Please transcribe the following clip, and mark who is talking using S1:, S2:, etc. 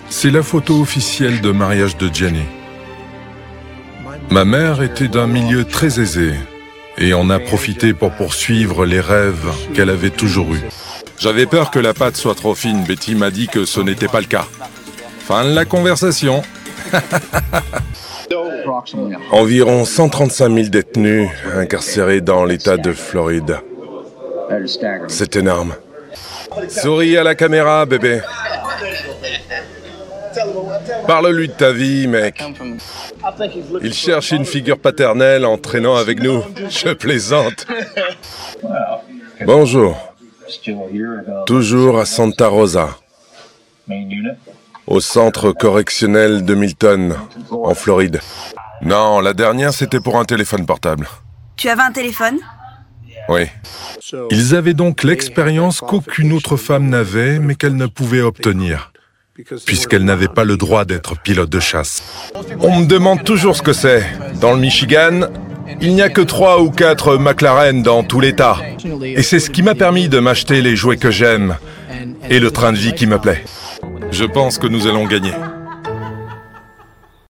S1: C'est la photo officielle de mariage de Jenny. Ma mère était d'un milieu très aisé et en a profité pour poursuivre les rêves qu'elle avait toujours eus. J'avais peur que la pâte soit trop fine. Betty m'a dit que ce n'était pas le cas. Fin de la conversation. Environ 135 000 détenus incarcérés dans l'État de Floride. C'est énorme. Souris à la caméra, bébé. Parle-lui de ta vie, mec. Il cherche une figure paternelle en traînant avec nous. Je plaisante. Bonjour. Toujours à Santa Rosa, au centre correctionnel de Milton, en Floride. Non, la dernière, c'était pour un téléphone portable.
S2: Tu avais un téléphone ?
S1: Oui. Ils avaient donc l'expérience qu'aucune autre femme n'avait, mais qu'elle ne pouvait obtenir, puisqu'elle n'avait pas le droit d'être pilote de chasse. On me demande toujours ce que c'est. Dans le Michigan, il n'y a que 3 ou 4 McLaren dans tout l'État. Et c'est ce qui m'a permis de m'acheter les jouets que j'aime et le train de vie qui me plaît. Je pense que nous allons gagner.